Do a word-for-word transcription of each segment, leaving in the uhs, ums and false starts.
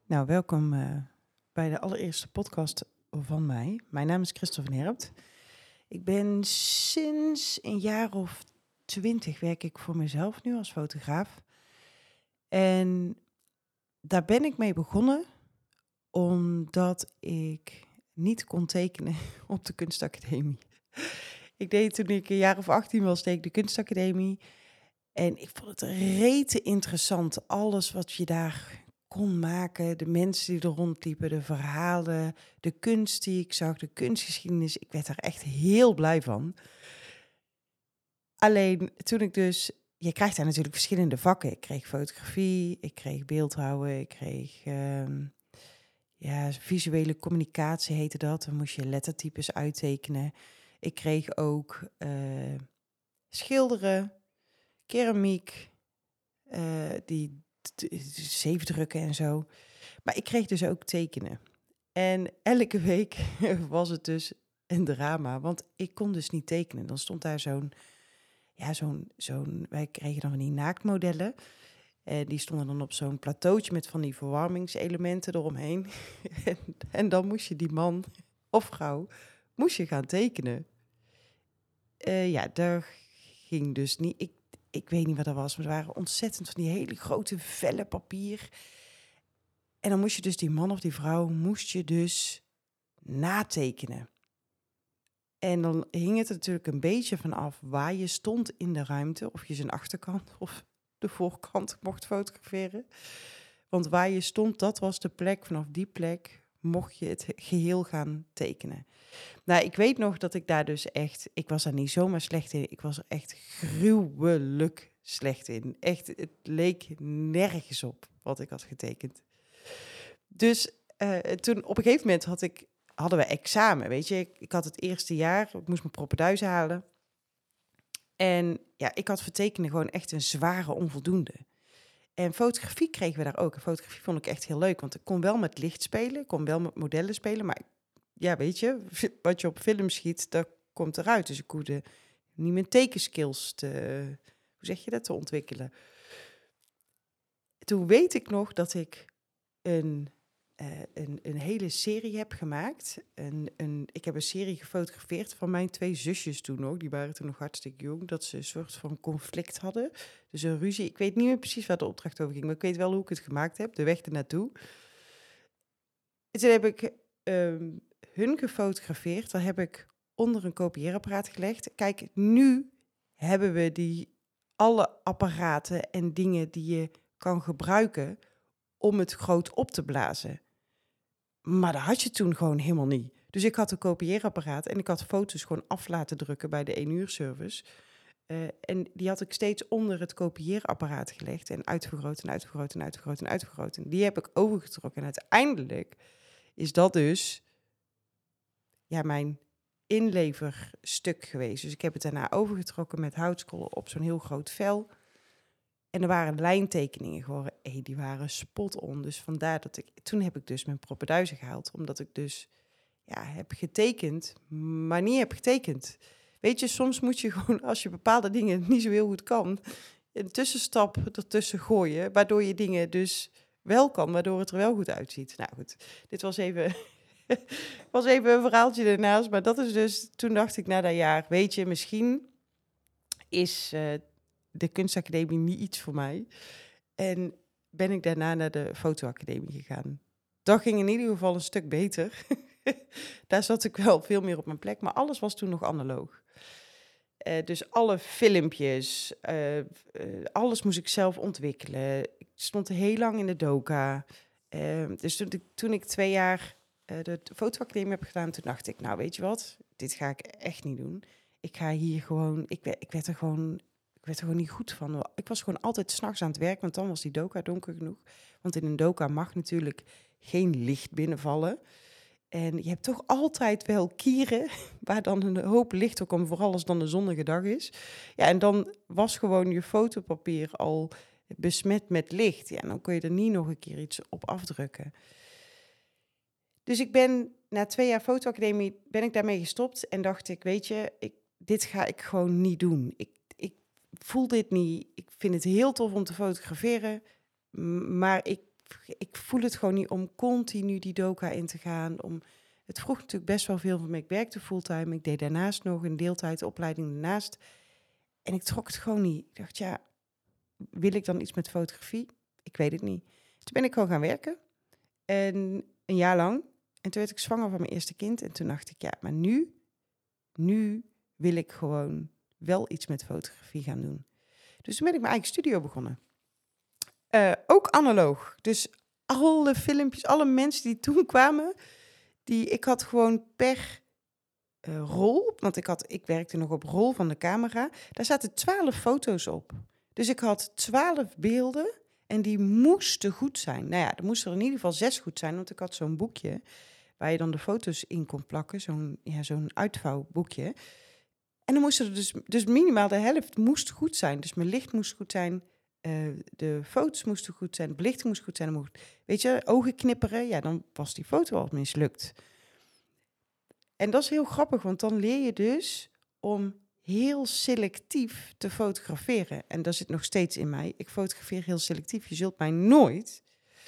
Nou, welkom uh, bij de allereerste podcast van mij. Mijn naam is Christel van Herpt. Ik ben sinds een jaar of twintig werk ik voor mezelf nu als fotograaf. En daar ben ik mee begonnen omdat ik niet kon tekenen op de kunstacademie. Ik deed toen ik een jaar of achttien was, deed ik de kunstacademie. En ik vond het rete interessant, alles wat je daar kon maken, de mensen die er rondliepen, de verhalen, de kunst die ik zag, de kunstgeschiedenis. Ik werd daar echt heel blij van. Alleen toen ik dus, je krijgt daar natuurlijk verschillende vakken. Ik kreeg fotografie, ik kreeg beeldhouwen, ik kreeg uh, ja, visuele communicatie heette dat. Dan moest je lettertypes uittekenen. Ik kreeg ook uh, schilderen, keramiek, uh, die zeefdrukken en zo. Maar ik kreeg dus ook tekenen. En elke week was het dus een drama, want ik kon dus niet tekenen. Dan stond daar zo'n, ja, zo'n, zo'n, wij kregen dan van die naaktmodellen. En die stonden dan op zo'n plateautje met van die verwarmingselementen eromheen. en, en dan moest je die man of vrouw, moest je gaan tekenen. Uh, ja, dat ging dus niet. Ik, ik weet niet wat dat was, maar er waren ontzettend van die hele grote vellen papier. En dan moest je dus die man of die vrouw, moest je dus natekenen. En dan hing het er natuurlijk een beetje van af waar je stond in de ruimte. Of je zijn achterkant of de voorkant mocht fotograferen. Want waar je stond, dat was de plek. Vanaf die plek mocht je het geheel gaan tekenen. Nou, ik weet nog dat ik daar dus echt... Ik was daar niet zomaar slecht in. Ik was er echt gruwelijk slecht in. Echt, het leek nergens op wat ik had getekend. Dus uh, toen op een gegeven moment had ik, hadden we examen, weet je. Ik, ik had het eerste jaar, ik moest mijn proppenduizen halen. En ja, ik had voor tekenen gewoon echt een zware onvoldoende. En fotografie kregen we daar ook. En fotografie vond ik echt heel leuk, want ik kon wel met licht spelen, ik kon wel met modellen spelen. Maar ja, weet je, wat je op film schiet, dat komt eruit. Dus ik hoefde niet mijn tekenskills te, hoe zeg je dat, te ontwikkelen. Toen weet ik nog dat ik een... Uh, een, een hele serie heb gemaakt. Een, een, ik heb een serie gefotografeerd van mijn twee zusjes toen nog. Die waren toen nog hartstikke jong. Dat ze een soort van conflict hadden. Dus een ruzie. Ik weet niet meer precies waar de opdracht over ging. Maar ik weet wel hoe ik het gemaakt heb. De weg ernaartoe. En toen heb ik um, hun gefotografeerd. Daar heb ik onder een kopieerapparaat gelegd. Kijk, nu hebben we die alle apparaten en dingen die je kan gebruiken om het groot op te blazen. Maar dat had je toen gewoon helemaal niet. Dus ik had een kopieerapparaat en ik had foto's gewoon af laten drukken bij de één uur service. Uh, en die had ik steeds onder het kopieerapparaat gelegd en uitvergroot en uitvergroot en uitvergroot en uitvergroot. En die heb ik overgetrokken. En uiteindelijk is dat dus ja, mijn inleverstuk geweest. Dus ik heb het daarna overgetrokken met houtskool op zo'n heel groot vel. En er waren lijntekeningen geworden. Hey, die waren spot on. Dus vandaar dat ik... Toen heb ik dus mijn proppenduizen gehaald. Omdat ik dus ja, heb getekend, maar niet heb getekend. Weet je, soms moet je gewoon, als je bepaalde dingen niet zo heel goed kan, een tussenstap ertussen gooien, waardoor je dingen dus wel kan, waardoor het er wel goed uitziet. Nou goed, dit was even, was even een verhaaltje ernaast. Maar dat is dus, toen dacht ik na dat jaar, weet je, misschien is... Uh, de kunstacademie niet iets voor mij. En ben ik daarna naar de fotoacademie gegaan. Dat ging in ieder geval een stuk beter. Daar zat ik wel veel meer op mijn plek. Maar alles was toen nog analoog. Uh, dus alle filmpjes, uh, uh, alles moest ik zelf ontwikkelen. Ik stond heel lang in de doka. Uh, dus toen ik, toen ik twee jaar uh, de fotoacademie heb gedaan, toen dacht ik, nou weet je wat, dit ga ik echt niet doen. Ik ga hier gewoon, ik, ik werd er gewoon... Ik werd er gewoon niet goed van. Ik was gewoon altijd 's nachts aan het werk, want dan was die doka donker genoeg. Want in een doka mag natuurlijk geen licht binnenvallen. En je hebt toch altijd wel kieren waar dan een hoop licht op komt, vooral als het dan een zonnige dag is. Ja, en dan was gewoon je fotopapier al besmet met licht. Ja, en dan kon je er niet nog een keer iets op afdrukken. Dus ik ben na twee jaar fotoacademie ben ik daarmee gestopt en dacht ik, weet je, ik, dit ga ik gewoon niet doen. Ik voel dit niet. Ik vind het heel tof om te fotograferen, maar ik ik voel het gewoon niet om continu die doka in te gaan. Om, het vroeg natuurlijk best wel veel van me. Ik werkte fulltime. Ik deed daarnaast nog een deeltijdopleiding daarnaast. En ik trok het gewoon niet. Ik dacht, ja, wil ik dan iets met fotografie? Ik weet het niet. Toen ben ik gewoon gaan werken. En een jaar lang. En toen werd ik zwanger van mijn eerste kind. En toen dacht ik, ja, maar nu, nu wil ik gewoon wel iets met fotografie gaan doen. Dus toen ben ik mijn eigen studio begonnen. Uh, ook analoog. Dus alle filmpjes, alle mensen die toen kwamen, die ik had gewoon per uh, rol, want ik, had, ik werkte nog op rol van de camera, daar zaten twaalf foto's op. Dus ik had twaalf beelden en die moesten goed zijn. Nou ja, er moesten er in ieder geval zes goed zijn, want ik had zo'n boekje waar je dan de foto's in kon plakken, zo'n, ja, zo'n uitvouwboekje. En dan moesten er dus, dus minimaal de helft moest goed zijn. Dus mijn licht moest goed zijn, uh, de foto's moesten goed zijn, de belichting moest goed zijn. Moest, weet je, ogen knipperen, ja, dan was die foto al mislukt. En dat is heel grappig, want dan leer je dus om heel selectief te fotograferen. En dat zit nog steeds in mij. Ik fotografeer heel selectief. Je zult mij nooit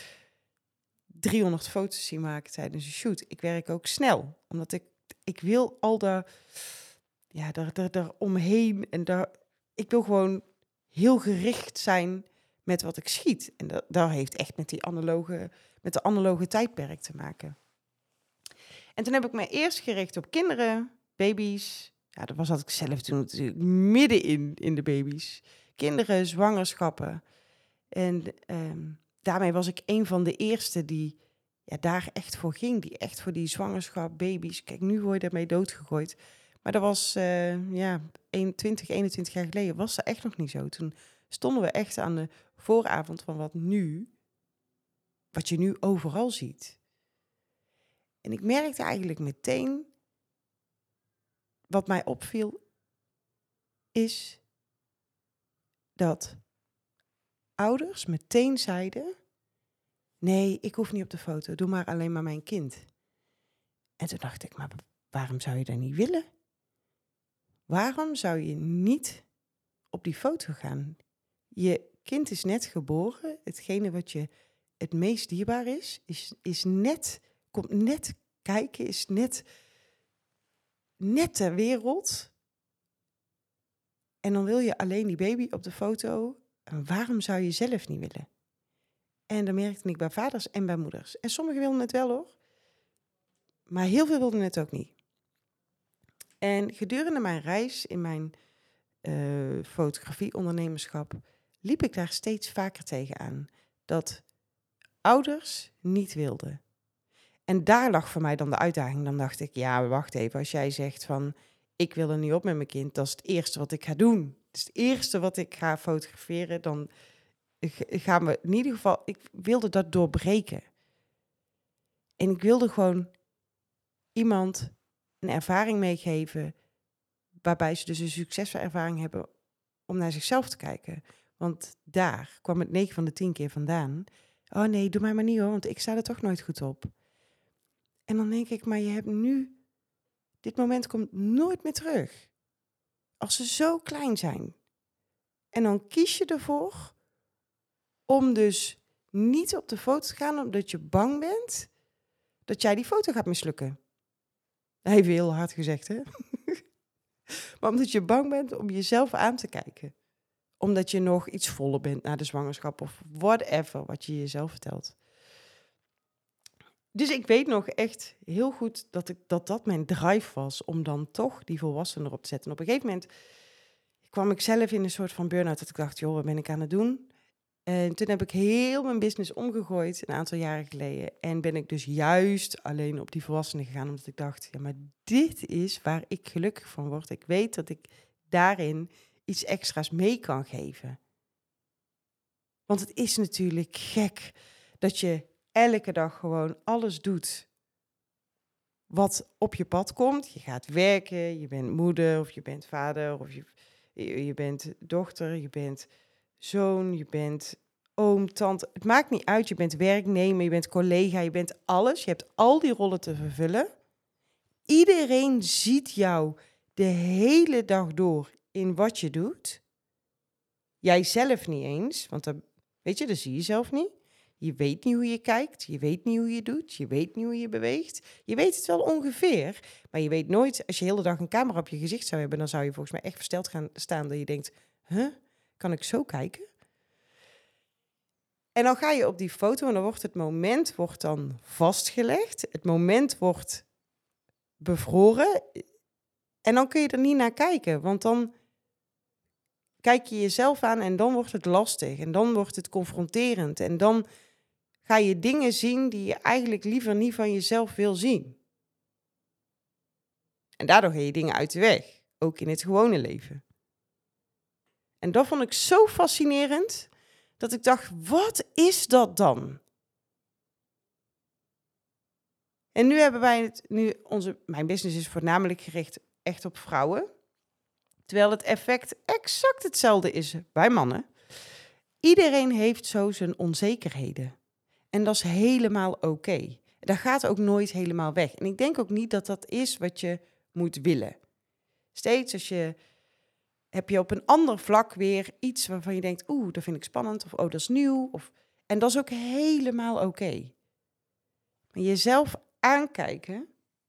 driehonderd foto's zien maken tijdens een shoot. Ik werk ook snel, omdat ik, ik wil al daar, ja, daar, daar, daar omheen en daar, ik wil gewoon heel gericht zijn met wat ik schiet. En dat, dat heeft echt met die analoge, met de analoge tijdperk te maken. En toen heb ik me eerst gericht op kinderen, baby's. Ja, dat was had ik zelf toen natuurlijk midden in, in de baby's. Kinderen, zwangerschappen. En um, daarmee was ik een van de eerste die ja, daar echt voor ging. Die echt voor die zwangerschap, baby's. Kijk, nu word je daarmee doodgegooid. Maar dat was uh, ja, twintig, eenentwintig jaar geleden was dat echt nog niet zo. Toen stonden we echt aan de vooravond van wat nu, wat je nu overal ziet. En ik merkte eigenlijk meteen, wat mij opviel, is dat ouders meteen zeiden, nee, ik hoef niet op de foto, doe maar alleen maar mijn kind. En toen dacht ik, maar waarom zou je dat niet willen? Waarom zou je niet op die foto gaan? Je kind is net geboren, hetgene wat je het meest dierbaar is, is, is net, komt net kijken, is net, net ter wereld. En dan wil je alleen die baby op de foto. En waarom zou je zelf niet willen? En dat merkte ik bij vaders en bij moeders. En sommigen wilden het wel hoor. Maar heel veel wilden het ook niet. En gedurende mijn reis in mijn uh, fotografie-ondernemerschap liep ik daar steeds vaker tegenaan. Dat ouders niet wilden. En daar lag voor mij dan de uitdaging. Dan dacht ik, ja, wacht even. Als jij zegt van, ik wil er niet op met mijn kind. Dat is het eerste wat ik ga doen. Dat is het eerste wat ik ga fotograferen. Dan gaan we in ieder geval, ik wilde dat doorbreken. En ik wilde gewoon iemand een ervaring meegeven, waarbij ze dus een succesvolle ervaring hebben om naar zichzelf te kijken. Want daar kwam het negen van de tien keer vandaan. Oh nee, doe mij maar niet hoor, want ik sta er toch nooit goed op. En dan denk ik, maar je hebt nu, dit moment komt nooit meer terug. Als ze zo klein zijn. En dan kies je ervoor om dus niet op de foto te gaan, omdat je bang bent dat jij die foto gaat mislukken. Even heel hard gezegd, hè? Maar omdat je bang bent om jezelf aan te kijken. Omdat je nog iets voller bent na de zwangerschap of whatever wat je jezelf vertelt. Dus ik weet nog echt heel goed dat ik, dat, dat mijn drive was om dan toch die volwassenen erop te zetten. En op een gegeven moment kwam ik zelf in een soort van burn-out dat ik dacht, joh, wat ben ik aan het doen? En toen heb ik heel mijn business omgegooid een aantal jaren geleden. En ben ik dus juist alleen op die volwassenen gegaan, omdat ik dacht, ja, maar dit is waar ik gelukkig van word. Ik weet dat ik daarin iets extra's mee kan geven. Want het is natuurlijk gek dat je elke dag gewoon alles doet wat op je pad komt. Je gaat werken, je bent moeder of je bent vader of je, je bent dochter, je bent zoon, je bent oom, tante. Het maakt niet uit, je bent werknemer, je bent collega, je bent alles. Je hebt al die rollen te vervullen. Iedereen ziet jou de hele dag door in wat je doet. Jij zelf niet eens, want dat, weet je, dat zie je zelf niet. Je weet niet hoe je kijkt, je weet niet hoe je doet, je weet niet hoe je beweegt. Je weet het wel ongeveer, maar je weet nooit, als je de hele dag een camera op je gezicht zou hebben, dan zou je volgens mij echt versteld gaan staan dat je denkt, huh, kan ik zo kijken? En dan ga je op die foto en dan wordt het moment wordt dan vastgelegd. Het moment wordt bevroren. En dan kun je er niet naar kijken, want dan kijk je jezelf aan en dan wordt het lastig. En dan wordt het confronterend. En dan ga je dingen zien die je eigenlijk liever niet van jezelf wil zien. En daardoor ga je dingen uit de weg, ook in het gewone leven. En dat vond ik zo fascinerend, dat ik dacht, wat is dat dan? En nu hebben wij het, nu onze, mijn business is voornamelijk gericht echt op vrouwen. Terwijl het effect exact hetzelfde is bij mannen. Iedereen heeft zo zijn onzekerheden. En dat is helemaal oké. Okay. Dat gaat ook nooit helemaal weg. En ik denk ook niet dat dat is wat je moet willen. Steeds als je, heb je op een ander vlak weer iets waarvan je denkt, oeh, dat vind ik spannend. Of oh, dat is nieuw. Of, en dat is ook helemaal oké. Okay. Maar jezelf aankijken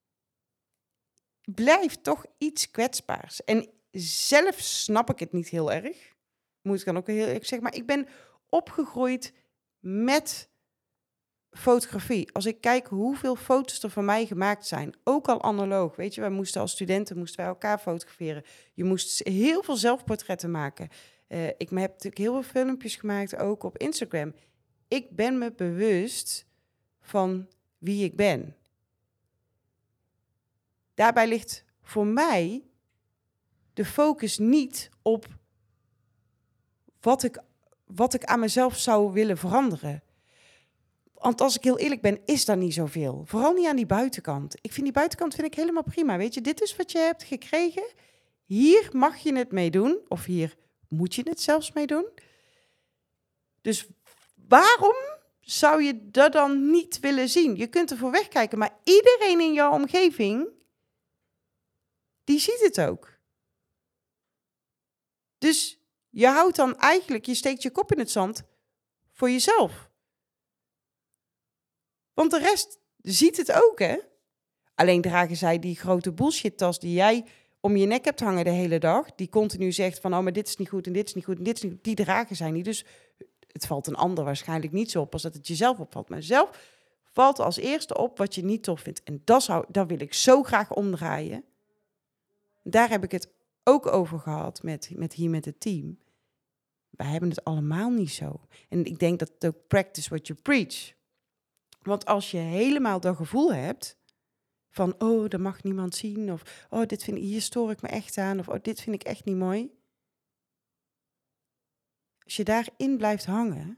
blijft toch iets kwetsbaars. En zelf snap ik het niet heel erg. Moet ik dan ook heel erg zeggen. Maar ik ben opgegroeid met fotografie. Als ik kijk hoeveel foto's er van mij gemaakt zijn, ook al analoog. Weet je, wij moesten als studenten moesten wij elkaar fotograferen. Je moest heel veel zelfportretten maken. Uh, ik heb natuurlijk heel veel filmpjes gemaakt, ook op Instagram. Ik ben me bewust van wie ik ben. Daarbij ligt voor mij de focus niet op wat ik, wat ik aan mezelf zou willen veranderen. Want als ik heel eerlijk ben, is dat niet zoveel. Vooral niet aan die buitenkant. Ik vind die buitenkant vind ik helemaal prima. Weet je, dit is wat je hebt gekregen. Hier mag je het mee doen. Of hier moet je het zelfs mee doen. Dus waarom zou je dat dan niet willen zien? Je kunt ervoor wegkijken, maar iedereen in jouw omgeving, die ziet het ook. Dus je houdt dan eigenlijk, je steekt je kop in het zand voor jezelf. Want de rest ziet het ook, hè? Alleen dragen zij die grote bullshit-tas die jij om je nek hebt hangen de hele dag, die continu zegt van, oh, maar dit is niet goed en dit is niet goed en dit is niet goed, die dragen zij niet. Dus het valt een ander waarschijnlijk niet zo op als dat het jezelf opvalt. Maar zelf valt als eerste op wat je niet tof vindt. En dat, zou, dat wil ik zo graag omdraaien. Daar heb ik het ook over gehad met, met hier met het team. Wij hebben het allemaal niet zo. En ik denk dat het ook practice what you preach. Want als je helemaal dat gevoel hebt van, oh, dat mag niemand zien. Of, oh, dit vind ik, hier stoor ik me echt aan. Of, oh, dit vind ik echt niet mooi. Als je daarin blijft hangen,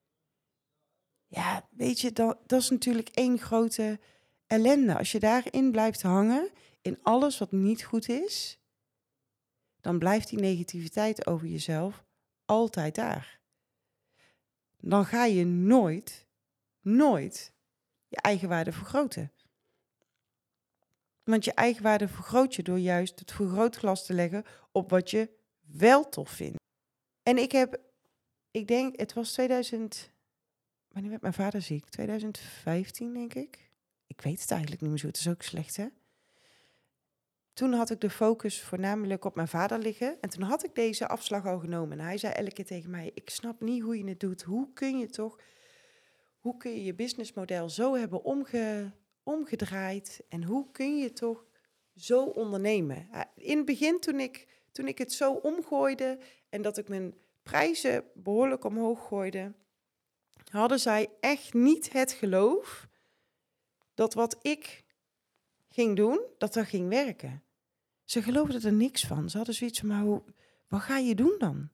ja, weet je, dat, dat is natuurlijk één grote ellende. Als je daarin blijft hangen, in alles wat niet goed is, dan blijft die negativiteit over jezelf altijd daar. Dan ga je nooit, nooit je eigenwaarde vergroten. Want je eigenwaarde vergroot je door juist het vergrootglas te leggen op wat je wel tof vindt. En ik heb, ik denk, het was tweeduizend, wanneer werd mijn vader ziek? tweeduizend vijftien, denk ik. Ik weet het eigenlijk niet meer zo, het is ook slecht, hè? Toen had ik de focus voornamelijk op mijn vader liggen. En toen had ik deze afslag al genomen. En hij zei elke keer tegen mij, ik snap niet hoe je het doet. Hoe kun je toch, hoe kun je je businessmodel zo hebben omge, omgedraaid? En hoe kun je toch zo ondernemen? In het begin, toen ik, toen ik het zo omgooide en dat ik mijn prijzen behoorlijk omhoog gooide, hadden zij echt niet het geloof dat wat ik ging doen, dat dat ging werken. Ze geloofden er niks van. Ze hadden zoiets van, maar hoe, wat ga je doen dan?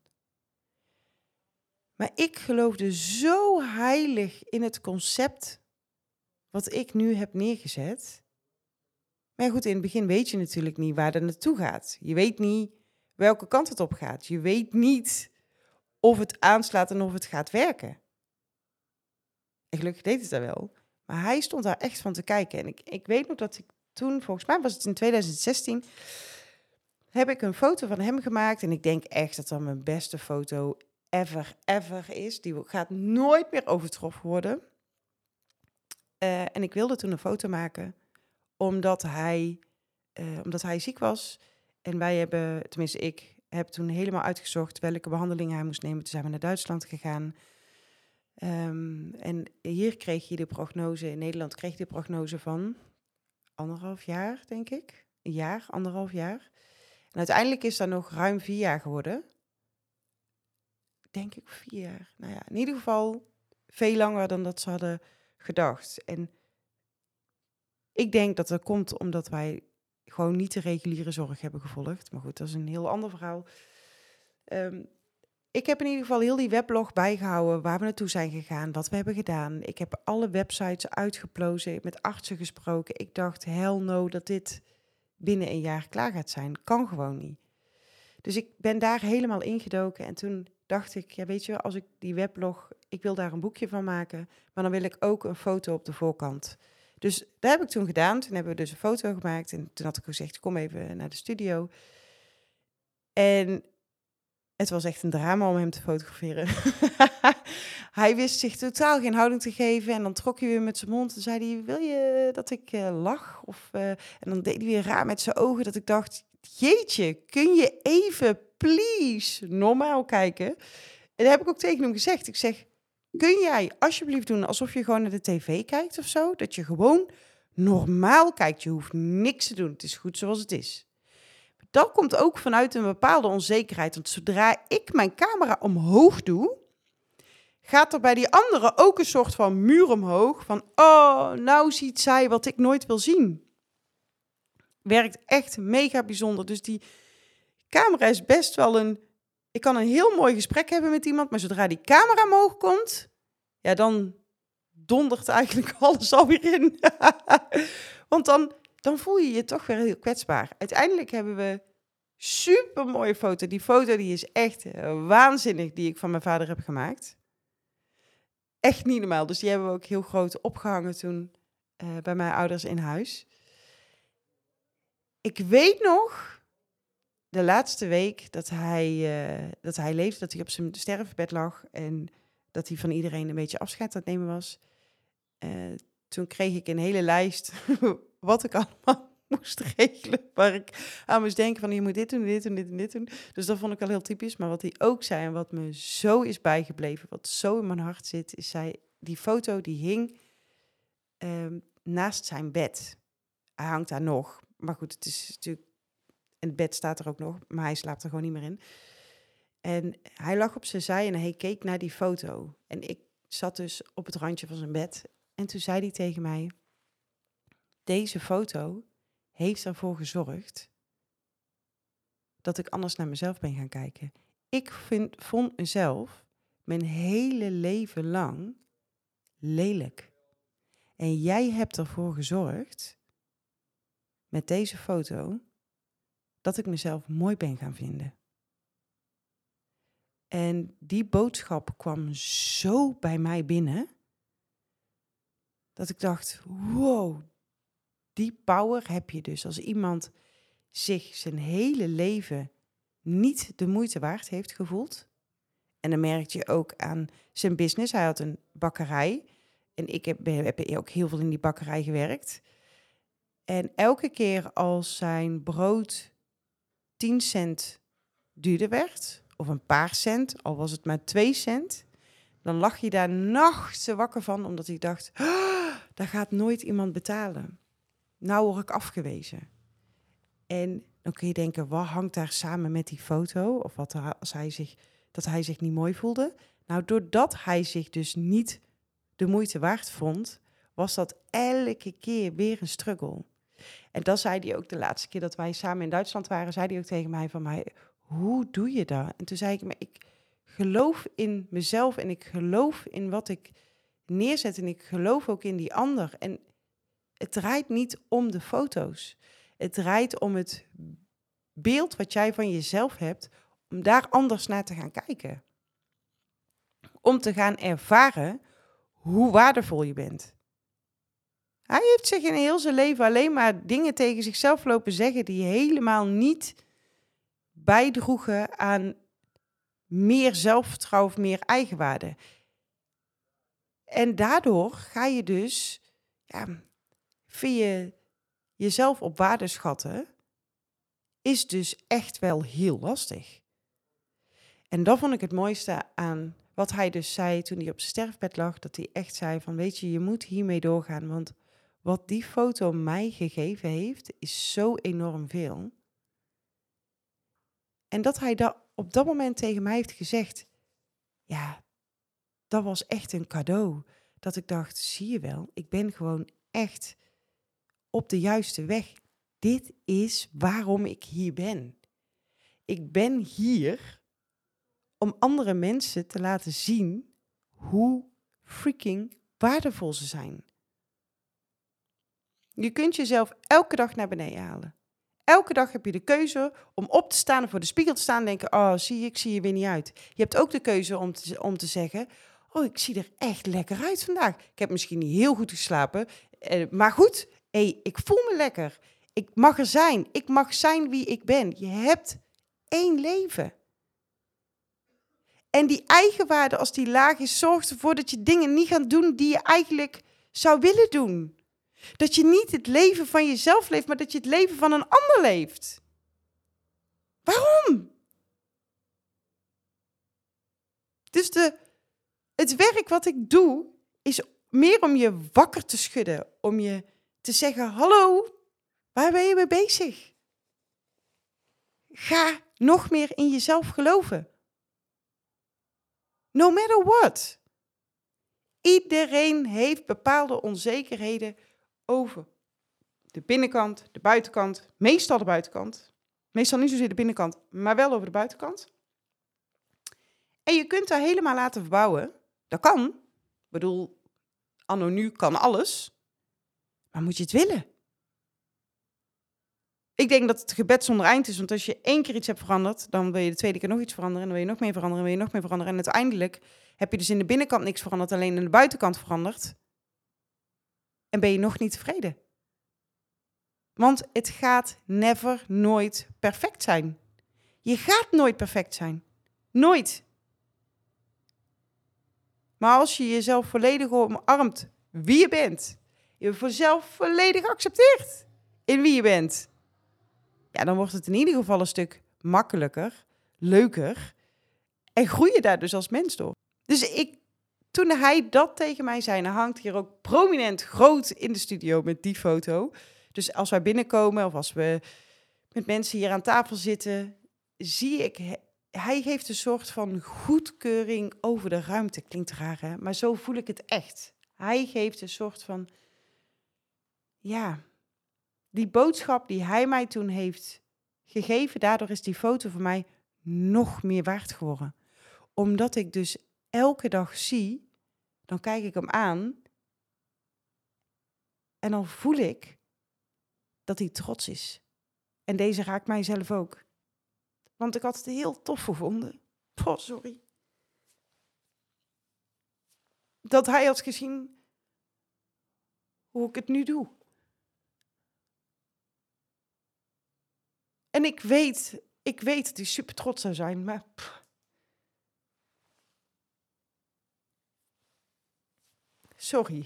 Maar ik geloofde zo heilig in het concept wat ik nu heb neergezet. Maar goed, in het begin weet je natuurlijk niet waar dat naartoe gaat. Je weet niet welke kant het op gaat. Je weet niet of het aanslaat en of het gaat werken. En gelukkig deed het dat wel. Maar hij stond daar echt van te kijken. En ik, ik weet nog dat ik toen, volgens mij was het in tweeduizend zestien, heb ik een foto van hem gemaakt. En ik denk echt dat dat mijn beste foto ever, ever is. Die gaat nooit meer overtroffen worden. Uh, en ik wilde toen een foto maken, omdat hij, uh, omdat hij ziek was. En wij hebben, tenminste ik, heb toen helemaal uitgezocht welke behandelingen hij moest nemen. Toen zijn we naar Duitsland gegaan. Um, en hier kreeg je de prognose, in Nederland kreeg je de prognose van anderhalf jaar, denk ik. Een jaar, anderhalf jaar. En uiteindelijk is dat nog ruim vier jaar geworden. Denk ik vier jaar. Nou ja, in ieder geval veel langer dan dat ze hadden gedacht. En ik denk dat dat komt omdat wij gewoon niet de reguliere zorg hebben gevolgd. Maar goed, dat is een heel ander verhaal. Um, ik heb in ieder geval heel die weblog bijgehouden waar we naartoe zijn gegaan, wat we hebben gedaan. Ik heb alle websites uitgeplozen, met artsen gesproken. Ik dacht, hell no, dat dit binnen een jaar klaar gaat zijn. Kan gewoon niet. Dus ik ben daar helemaal ingedoken en toen dacht ik, ja weet je, als ik die weblog, ik wil daar een boekje van maken, maar dan wil ik ook een foto op de voorkant. Dus dat heb ik toen gedaan. Toen hebben we dus een foto gemaakt en toen had ik gezegd, kom even naar de studio. En het was echt een drama om hem te fotograferen. Hij wist zich totaal geen houding te geven en dan trok hij weer met zijn mond en zei hij, wil je dat ik uh, lach? Of, uh, en dan deed hij weer raar met zijn ogen dat ik dacht, jeetje, kun je even please normaal kijken? En dat heb ik ook tegen hem gezegd. Ik zeg, kun jij alsjeblieft doen alsof je gewoon naar de tv kijkt of zo? Dat je gewoon normaal kijkt. Je hoeft niks te doen. Het is goed zoals het is. Dat komt ook vanuit een bepaalde onzekerheid. Want zodra ik mijn camera omhoog doe, gaat er bij die andere ook een soort van muur omhoog. Van, oh, nou ziet zij wat ik nooit wil zien. Werkt echt mega bijzonder. Dus die camera is best wel een... Ik kan een heel mooi gesprek hebben met iemand, maar zodra die camera omhoog komt, ja, dan dondert eigenlijk alles alweer in. Want dan, dan voel je je toch weer heel kwetsbaar. Uiteindelijk hebben we super mooie foto. Die foto die is echt waanzinnig, die ik van mijn vader heb gemaakt. Echt niet normaal. Dus die hebben we ook heel groot opgehangen toen uh, bij mijn ouders in huis. Ik weet nog, de laatste week dat hij, uh, dat hij leefde, dat hij op zijn sterfbed lag en dat hij van iedereen een beetje afscheid aan het nemen was. Uh, toen kreeg ik een hele lijst wat ik allemaal moest regelen, waar ik aan moest denken van je moet dit doen, dit doen, dit en dit doen. Dus dat vond ik al heel typisch. Maar wat hij ook zei en wat me zo is bijgebleven, wat zo in mijn hart zit, is zij, die foto die hing uh, naast zijn bed. Hij hangt daar nog. Maar goed, het is natuurlijk... En het bed staat er ook nog, maar hij slaapt er gewoon niet meer in. En hij lag op zijn zij en hij keek naar die foto. En ik zat dus op het randje van zijn bed. En toen zei hij tegen mij, deze foto heeft ervoor gezorgd dat ik anders naar mezelf ben gaan kijken. Ik vind, vond mezelf mijn hele leven lang lelijk. En jij hebt ervoor gezorgd, met deze foto, dat ik mezelf mooi ben gaan vinden. En die boodschap kwam zo bij mij binnen, dat ik dacht, wow, die power heb je dus. Als iemand zich zijn hele leven niet de moeite waard heeft gevoeld. En dan merk je ook aan zijn business. Hij had een bakkerij. En ik heb, heb ook heel veel in die bakkerij gewerkt. En elke keer als zijn brood tien cent duurder werd, of een paar cent, al was het maar twee cent, dan lag je daar nachten wakker van, omdat hij dacht, oh, daar gaat nooit iemand betalen. Nou word ik afgewezen. En dan kun je denken, wat hangt daar samen met die foto? Of wat er, als hij zich, dat hij zich niet mooi voelde? Nou, doordat hij zich dus niet de moeite waard vond, was dat elke keer weer een struggle. En dat zei hij ook de laatste keer dat wij samen in Duitsland waren, zei hij ook tegen mij van mij, hoe doe je dat? En toen zei ik, maar ik geloof in mezelf en ik geloof in wat ik neerzet en ik geloof ook in die ander. En het draait niet om de foto's. Het draait om het beeld wat jij van jezelf hebt, om daar anders naar te gaan kijken. Om te gaan ervaren hoe waardevol je bent. Hij heeft zich in heel zijn leven alleen maar dingen tegen zichzelf lopen zeggen die helemaal niet bijdroegen aan meer zelfvertrouwen of meer eigenwaarde. En daardoor ga je dus, ja, vind je jezelf op waarde schatten, is dus echt wel heel lastig. En dat vond ik het mooiste aan wat hij dus zei toen hij op zijn sterfbed lag. Dat hij echt zei van, weet je, je moet hiermee doorgaan. Want wat die foto mij gegeven heeft, is zo enorm veel. En dat hij dat op dat moment tegen mij heeft gezegd, ja, dat was echt een cadeau. Dat ik dacht, zie je wel, ik ben gewoon echt op de juiste weg. Dit is waarom ik hier ben. Ik ben hier om andere mensen te laten zien hoe freaking waardevol ze zijn. Je kunt jezelf elke dag naar beneden halen. Elke dag heb je de keuze om op te staan en voor de spiegel te staan en denken, oh, zie je, ik zie je weer niet uit. Je hebt ook de keuze om te, om te zeggen, oh, ik zie er echt lekker uit vandaag. Ik heb misschien niet heel goed geslapen, eh, maar goed, hey, ik voel me lekker. Ik mag er zijn. Ik mag zijn wie ik ben. Je hebt één leven. En die eigenwaarde, als die laag is, zorgt ervoor dat je dingen niet gaat doen die je eigenlijk zou willen doen. Dat je niet het leven van jezelf leeft, maar dat je het leven van een ander leeft. Waarom? Dus de, het werk wat ik doe, is meer om je wakker te schudden. Om je te zeggen, hallo, waar ben je mee bezig? Ga nog meer in jezelf geloven. No matter what. Iedereen heeft bepaalde onzekerheden over de binnenkant, de buitenkant, meestal de buitenkant. Meestal niet zozeer de binnenkant, maar wel over de buitenkant. En je kunt daar helemaal laten verbouwen. Dat kan. Ik bedoel, anno nu kan alles. Maar moet je het willen? Ik denk dat het gebed zonder eind is. Want als je één keer iets hebt veranderd, dan wil je de tweede keer nog iets veranderen. En dan wil je nog meer veranderen, en wil je nog meer veranderen. En uiteindelijk heb je dus in de binnenkant niks veranderd, alleen in de buitenkant veranderd. En ben je nog niet tevreden. Want het gaat never, nooit perfect zijn. Je gaat nooit perfect zijn. Nooit. Maar als je jezelf volledig omarmt wie je bent, je voor jezelf volledig accepteert in wie je bent, ja, dan wordt het in ieder geval een stuk makkelijker, leuker en groei je daar dus als mens door. Dus ik, toen hij dat tegen mij zei, en hij hangt hier ook prominent groot in de studio met die foto. Dus als wij binnenkomen of als we met mensen hier aan tafel zitten, zie ik, hij geeft een soort van goedkeuring over de ruimte. Klinkt raar, hè? Maar zo voel ik het echt. Hij geeft een soort van, ja, die boodschap die hij mij toen heeft gegeven, daardoor is die foto voor mij nog meer waard geworden. Omdat ik dus elke dag zie, dan kijk ik hem aan en dan voel ik dat hij trots is. En deze raakt mij zelf ook. Want ik had het heel tof gevonden. Oh, sorry. Dat hij had gezien hoe ik het nu doe. En ik weet, ik weet dat hij super trots zou zijn, maar pff. Sorry.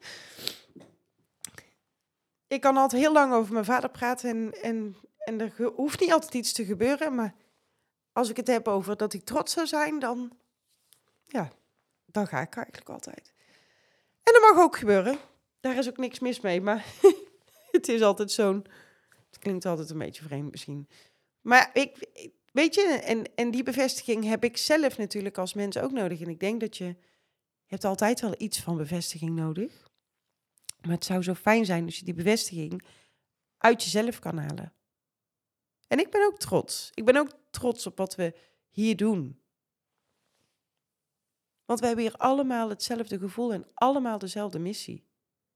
Ik kan altijd heel lang over mijn vader praten en, en, en er ge- hoeft niet altijd iets te gebeuren, maar als ik het heb over dat hij trots zou zijn, dan, ja, dan ga ik eigenlijk altijd. En dat mag ook gebeuren. Daar is ook niks mis mee, maar het is altijd zo'n, het klinkt altijd een beetje vreemd misschien. Maar ik, weet je, en, en die bevestiging heb ik zelf natuurlijk als mens ook nodig. En ik denk dat je, je hebt altijd wel iets van bevestiging nodig. Maar het zou zo fijn zijn als je die bevestiging uit jezelf kan halen. En ik ben ook trots. Ik ben ook trots op wat we hier doen. Want we hebben hier allemaal hetzelfde gevoel en allemaal dezelfde missie.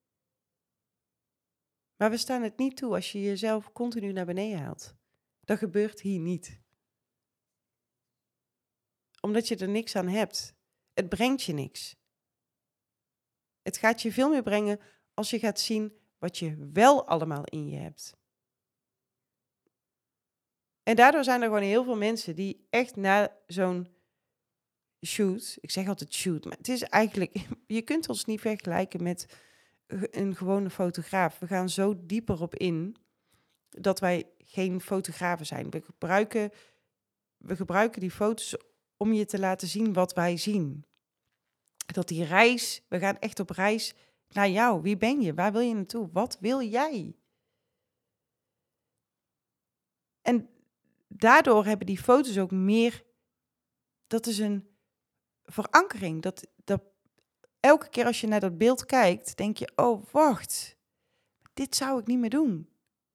Maar we staan het niet toe als je jezelf continu naar beneden haalt. Dat gebeurt hier niet. Omdat je er niks aan hebt. Het brengt je niks. Het gaat je veel meer brengen als je gaat zien wat je wel allemaal in je hebt. En daardoor zijn er gewoon heel veel mensen die echt na zo'n shoot. Ik zeg altijd shoot, maar het is eigenlijk... Je kunt ons niet vergelijken met een gewone fotograaf. We gaan zo dieper op in dat wij geen fotografen zijn. We gebruiken, we gebruiken die foto's om je te laten zien wat wij zien. Dat die reis, we gaan echt op reis naar jou. Wie ben je? Waar wil je naartoe? Wat wil jij? En daardoor hebben die foto's ook meer... Dat is een verankering. Dat, dat elke keer als je naar dat beeld kijkt, denk je... Oh, wacht. Dit zou ik niet meer doen.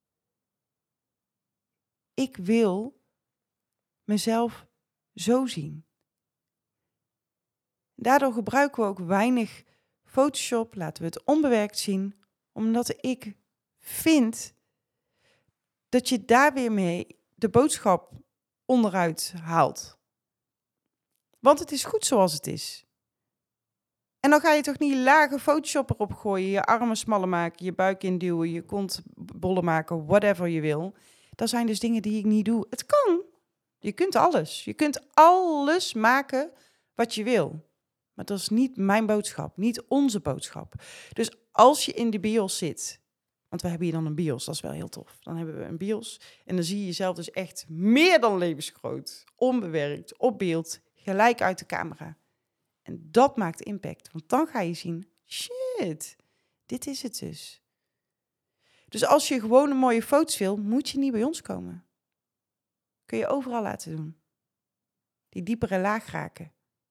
Ik wil mezelf zo zien. Daardoor gebruiken we ook weinig Photoshop. Laten we het onbewerkt zien. Omdat ik vind dat je daar weer mee de boodschap onderuit haalt. Want het is goed zoals het is. En dan ga je toch niet lage Photoshop erop gooien, je armen smaller maken, je buik induwen, je kont boller maken, whatever je wil. Dat zijn dus dingen die ik niet doe. Het kan. Je kunt alles. Je kunt alles maken wat je wil. Maar dat is niet mijn boodschap, niet onze boodschap. Dus als je in de bios zit, want we hebben hier dan een bios, dat is wel heel tof. Dan hebben we een bios en dan zie je jezelf dus echt meer dan levensgroot, onbewerkt, op beeld, gelijk uit de camera. En dat maakt impact, want dan ga je zien, shit, dit is het dus. Dus als je gewoon een mooie foto's wil, moet je niet bij ons komen. Kun je overal laten doen. Die diepere laag raken.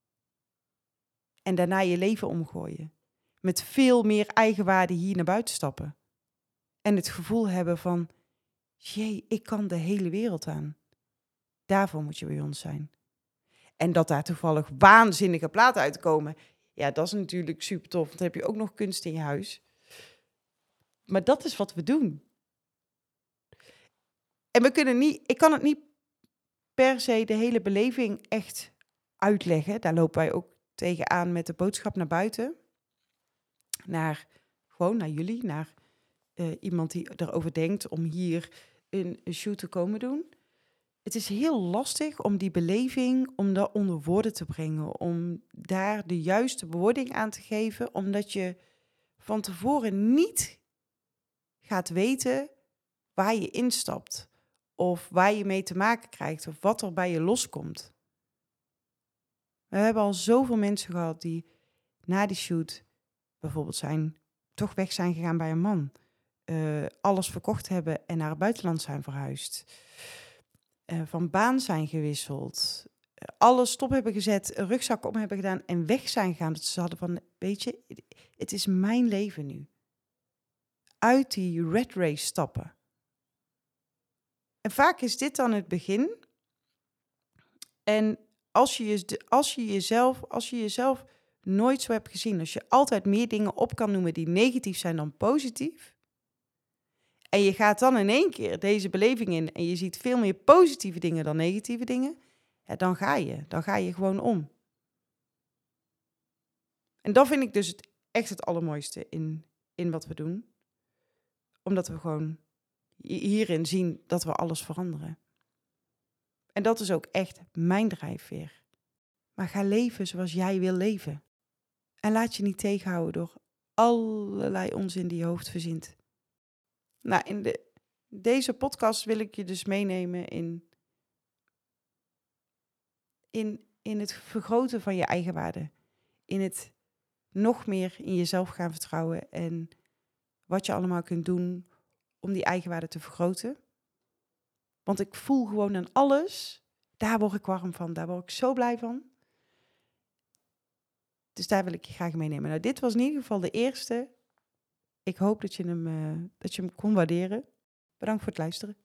En daarna je leven omgooien. Met veel meer eigenwaarde hier naar buiten stappen. En het gevoel hebben van, jee, ik kan de hele wereld aan. Daarvoor moet je bij ons zijn. En dat daar toevallig waanzinnige platen uitkomen. Ja, dat is natuurlijk super tof. Want dan heb je ook nog kunst in je huis. Maar dat is wat we doen. En we kunnen niet, ik kan het niet per se de hele beleving echt uitleggen. Daar lopen wij ook tegenaan met de boodschap naar buiten. Naar, gewoon naar jullie, naar uh, iemand die erover denkt om hier een, een shoot te komen doen. Het is heel lastig om die beleving, om dat onder woorden te brengen. Om daar de juiste bewoording aan te geven. Omdat je van tevoren niet gaat weten waar je instapt. Of waar je mee te maken krijgt. Of wat er bij je loskomt. We hebben al zoveel mensen gehad die na die shoot bijvoorbeeld zijn, toch weg zijn gegaan bij een man. Uh, alles verkocht hebben en naar het buitenland zijn verhuisd. Uh, van baan zijn gewisseld. Uh, alles stop hebben gezet, een rugzak om hebben gedaan en weg zijn gegaan. Dat ze hadden van, weet je, het is mijn leven nu. Uit die rat race stappen. En vaak is dit dan het begin. En als je, je, als je jezelf, als je jezelf nooit zo hebt gezien, als je altijd meer dingen op kan noemen die negatief zijn dan positief, en je gaat dan in één keer deze beleving in en je ziet veel meer positieve dingen dan negatieve dingen, ja, dan ga je. Dan ga je gewoon om. En dat vind ik dus het, echt het allermooiste in, in wat we doen. Omdat we gewoon hierin zien dat we alles veranderen. En dat is ook echt mijn drijfveer. Maar ga leven zoals jij wil leven. En laat je niet tegenhouden door allerlei onzin die je hoofd verzint. Nou, in de, deze podcast wil ik je dus meenemen in, in, in het vergroten van je eigenwaarde. In het nog meer in jezelf gaan vertrouwen en wat je allemaal kunt doen om die eigenwaarde te vergroten. Want ik voel gewoon aan alles, daar word ik warm van, daar word ik zo blij van. Dus daar wil ik je graag meenemen. Nou, dit was in ieder geval de eerste. Ik hoop dat je hem, uh, dat je hem kon waarderen. Bedankt voor het luisteren.